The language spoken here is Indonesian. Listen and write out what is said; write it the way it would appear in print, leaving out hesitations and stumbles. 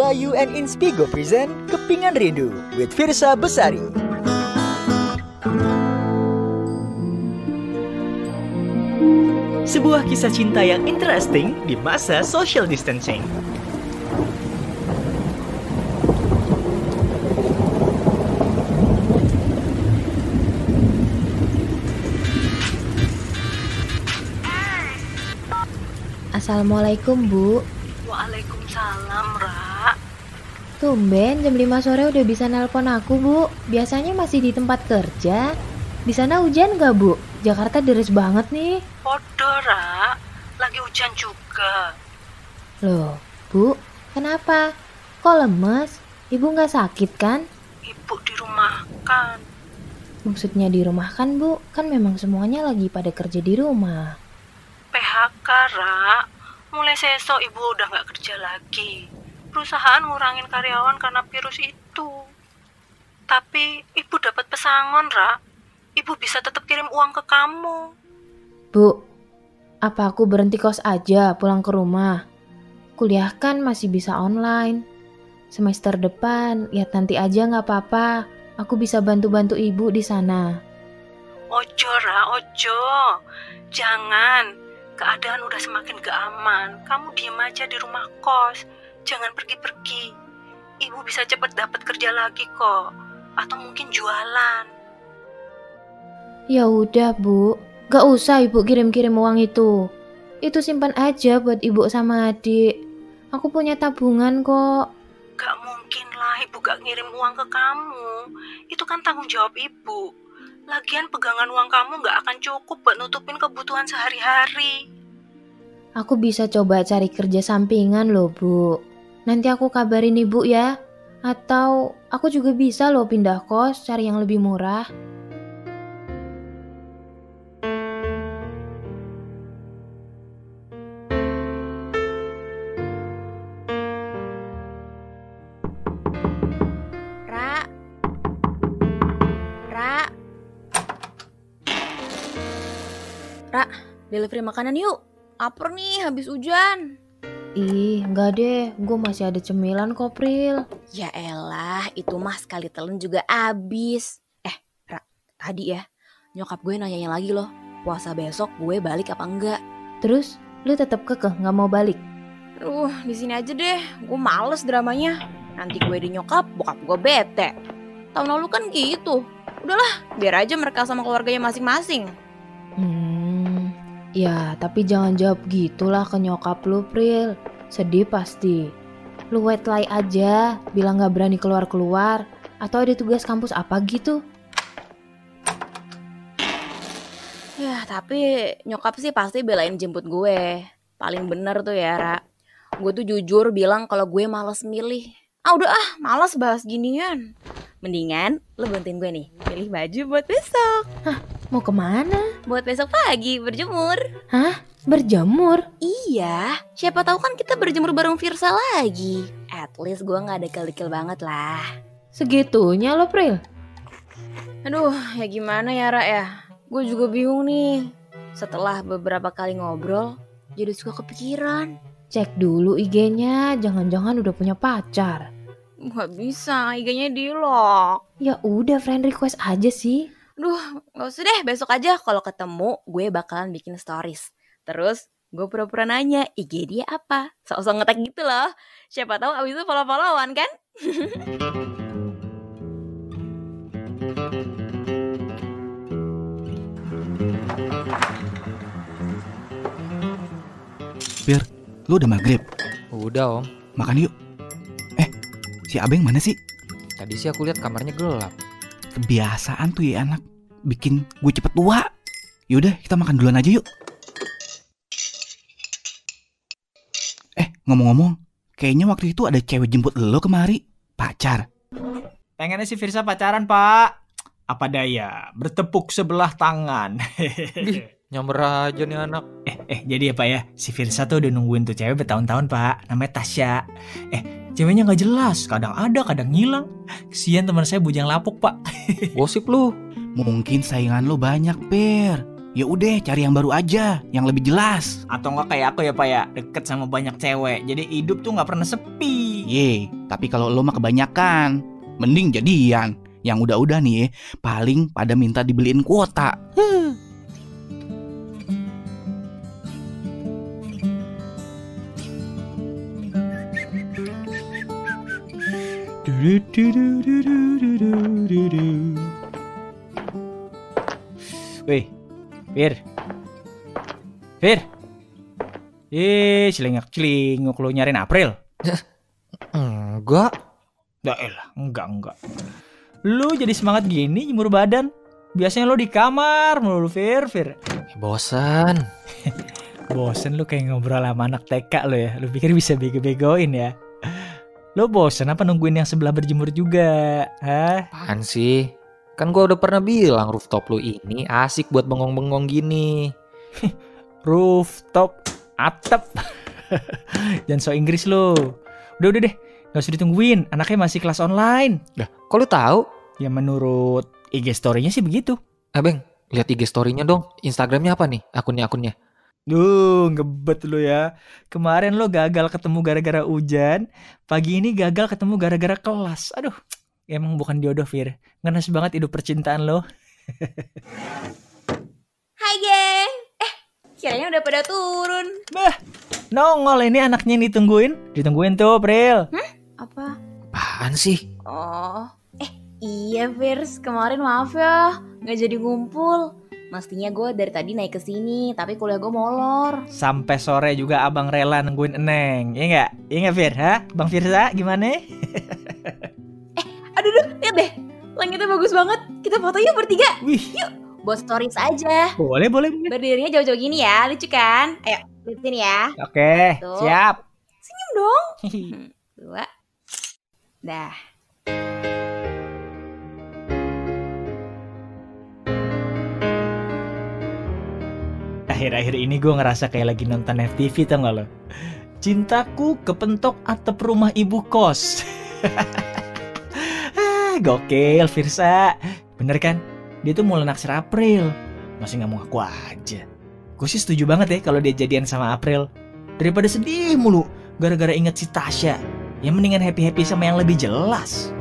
Bayu and Inspigo present Kepingan Rindu with Firsa Besari. Sebuah kisah cinta yang interesting di masa social distancing. Assalamualaikum, Bu. Waalaikumsalam, Ra. Tumben jam 5 sore udah bisa nelpon aku, Bu. Biasanya masih di tempat kerja. Di sana hujan gak, Bu? Jakarta deres banget nih. Podo, Ra. Lagi hujan juga. Loh, Bu, kenapa? Kok lemes? Ibu gak sakit kan? Ibu dirumahkan. Maksudnya di rumah kan, Bu? Kan memang semuanya lagi pada kerja di rumah. PHK, Ra. Mulai sesok ibu udah gak kerja lagi. Perusahaan ngurangin karyawan karena virus itu. Tapi ibu dapat pesangon, Ra. Ibu bisa tetap kirim uang ke kamu. Bu, apa aku berhenti kos aja pulang ke rumah? Kuliah kan masih bisa online. Semester depan, lihat nanti aja gak apa-apa. Aku bisa bantu-bantu ibu di sana. Ojo, Ra, ojo. Jangan. Keadaan udah semakin gak aman. Kamu diem aja di rumah kos. Jangan pergi-pergi. Ibu bisa cepet dapat kerja lagi kok. Atau mungkin jualan. Ya udah, Bu. Gak usah ibu kirim-kirim uang itu. Itu simpan aja buat ibu sama adik. Aku punya tabungan kok. Gak mungkin lah ibu gak ngirim uang ke kamu. Itu kan tanggung jawab ibu. Lagian pegangan uang kamu gak akan cukup buat nutupin kebutuhan sehari-hari. Aku bisa coba cari kerja sampingan loh, Bu. Nanti aku kabarin ibu ya. Atau aku juga bisa loh pindah kos cari yang lebih murah. Ra, delivery makanan yuk. Laper nih habis hujan. Ih, enggak deh. Gue masih ada cemilan kok, Pril. Ya elah, itu mah sekali telan juga abis. Ra, tadi ya, nyokap gue nanyain lagi loh. Puasa besok gue balik apa enggak? Terus, lu tetap kekeh gak mau balik? Di sini aja deh. Gue males dramanya. Nanti gue di nyokap, bokap gue bete. Tahun lalu kan gitu. Udahlah, biar aja mereka sama keluarganya masing-masing. Ya, tapi jangan jawab gitulah ke nyokap lu, Pril. Sedih pasti. Lu white lie aja, bilang gak berani keluar-keluar. Atau ada tugas kampus apa gitu. Ya, tapi nyokap sih pasti belain jemput gue. Paling bener tuh ya, Ra. Gue tuh jujur bilang kalau gue males milih. Males bahas ginian. Mendingan lu bantuin gue nih, pilih baju buat besok. Hah, mau kemana? Buat besok pagi berjemur. Hah? Berjemur? Iya, siapa tahu kan kita berjemur bareng Firsa lagi. At least gue gak dekil-dekil banget lah. Segitunya lo, Pril? Aduh, ya gimana ya, Ra ya? Gue juga bingung nih. Setelah beberapa kali ngobrol, jadi suka kepikiran. Cek dulu IG-nya, jangan-jangan udah punya pacar. Gak bisa, IG-nya di-lock. Ya udah, friend request aja sih. Gak usah deh, besok aja kalau ketemu gue bakalan bikin stories. Terus gue pura-pura nanya IG dia apa. Sok-sok ngetek gitu loh. Siapa tahu abis itu follow-followan kan. Pir, lu udah maghrib? Udah om. Makan yuk. Si Abeng mana sih? Tadi sih aku lihat kamarnya gelap. Kebiasaan tuh ya anak, bikin gue cepet tua. Yaudah kita makan duluan aja yuk. Ngomong-ngomong, kayaknya waktu itu ada cewek jemput lo kemari. Pacar? Pengennya si Firsa pacaran, Pak. Apa daya, bertepuk sebelah tangan. Nyamber aja nih anak. Jadi ya Pak ya, si Firsa tuh udah nungguin tuh cewek bertahun-tahun, Pak. Namanya Tasya. Ceweknya gak jelas, kadang ada, kadang ngilang. Kesian teman saya bujang lapuk, Pak. Gosip lu. Mungkin saingan lo banyak, Pir. Ya udah cari yang baru aja, yang lebih jelas. Atau nggak kayak aku ya Pak ya, deket sama banyak cewek. Jadi hidup tuh nggak pernah sepi. Ye, tapi kalau lo mah kebanyakan, mending jadian. Yang udah-udah nih paling pada minta dibeliin kuota. Wih, Fir. Celingak-celinguk lu nyariin April. Enggak. Ya elah, enggak. Lu jadi semangat gini jemur badan. Biasanya lu di kamar mulu, Fir. Bosan. Bosen lu kayak ngobrol sama anak TK lu ya. Lu pikir bisa bego-begoin ya? Lu bosen apa nungguin yang sebelah berjemur juga? Hah? Apaan sih? Kan gua udah pernah bilang rooftop lu ini asik buat bengong-bengong gini. Rooftop atap. Jangan so Inggris lu. Udah deh. Gak usah ditungguin. Anaknya masih kelas online. Dah, kok lu tahu? Ya menurut IG story-nya sih begitu. Beng, lihat IG story-nya dong. Instagramnya apa nih? Akunnya. Ngebet lu ya. Kemarin lo gagal ketemu gara-gara hujan. Pagi ini gagal ketemu gara-gara kelas. Aduh, emang bukan jodoh, Fir. Ngenes banget hidup percintaan lo. Hai geng. Kiranya udah pada turun. Bah, nongol ini anaknya yang ditungguin. Ditungguin tuh, April. Apa? Apaan sih? Oh, iya Firs, kemarin maaf ya, nggak jadi ngumpul. Mestinya gue dari tadi naik ke sini, tapi kuliah gue molor. Sampai sore juga abang rela nungguin Eneng. Iya nggak? Iya nggak, Fir? Hah? Bang Firsa, gimana? Aduh, lihat deh, langitnya bagus banget. Kita foto yuk bertiga. Wih, Yuk, buat stories aja. boleh. Berdirinya jauh-jauh gini ya, lucu kan? Ayo, lihat sini ya. Oke, Tuh. siap. Senyum dong. 2. Dah. Akhir-akhir ini gue ngerasa kayak lagi nonton FTV, tau gak lo? Cintaku kepentok atap rumah ibu kos. Gokil, Firsa. Bener kan? Dia tuh mulai naksir April. Masih gak mau ngaku aja. Gue sih setuju banget ya kalau dia jadian sama April. Daripada sedih mulu gara-gara inget si Tasya. Ya mendingan happy-happy sama yang lebih jelas.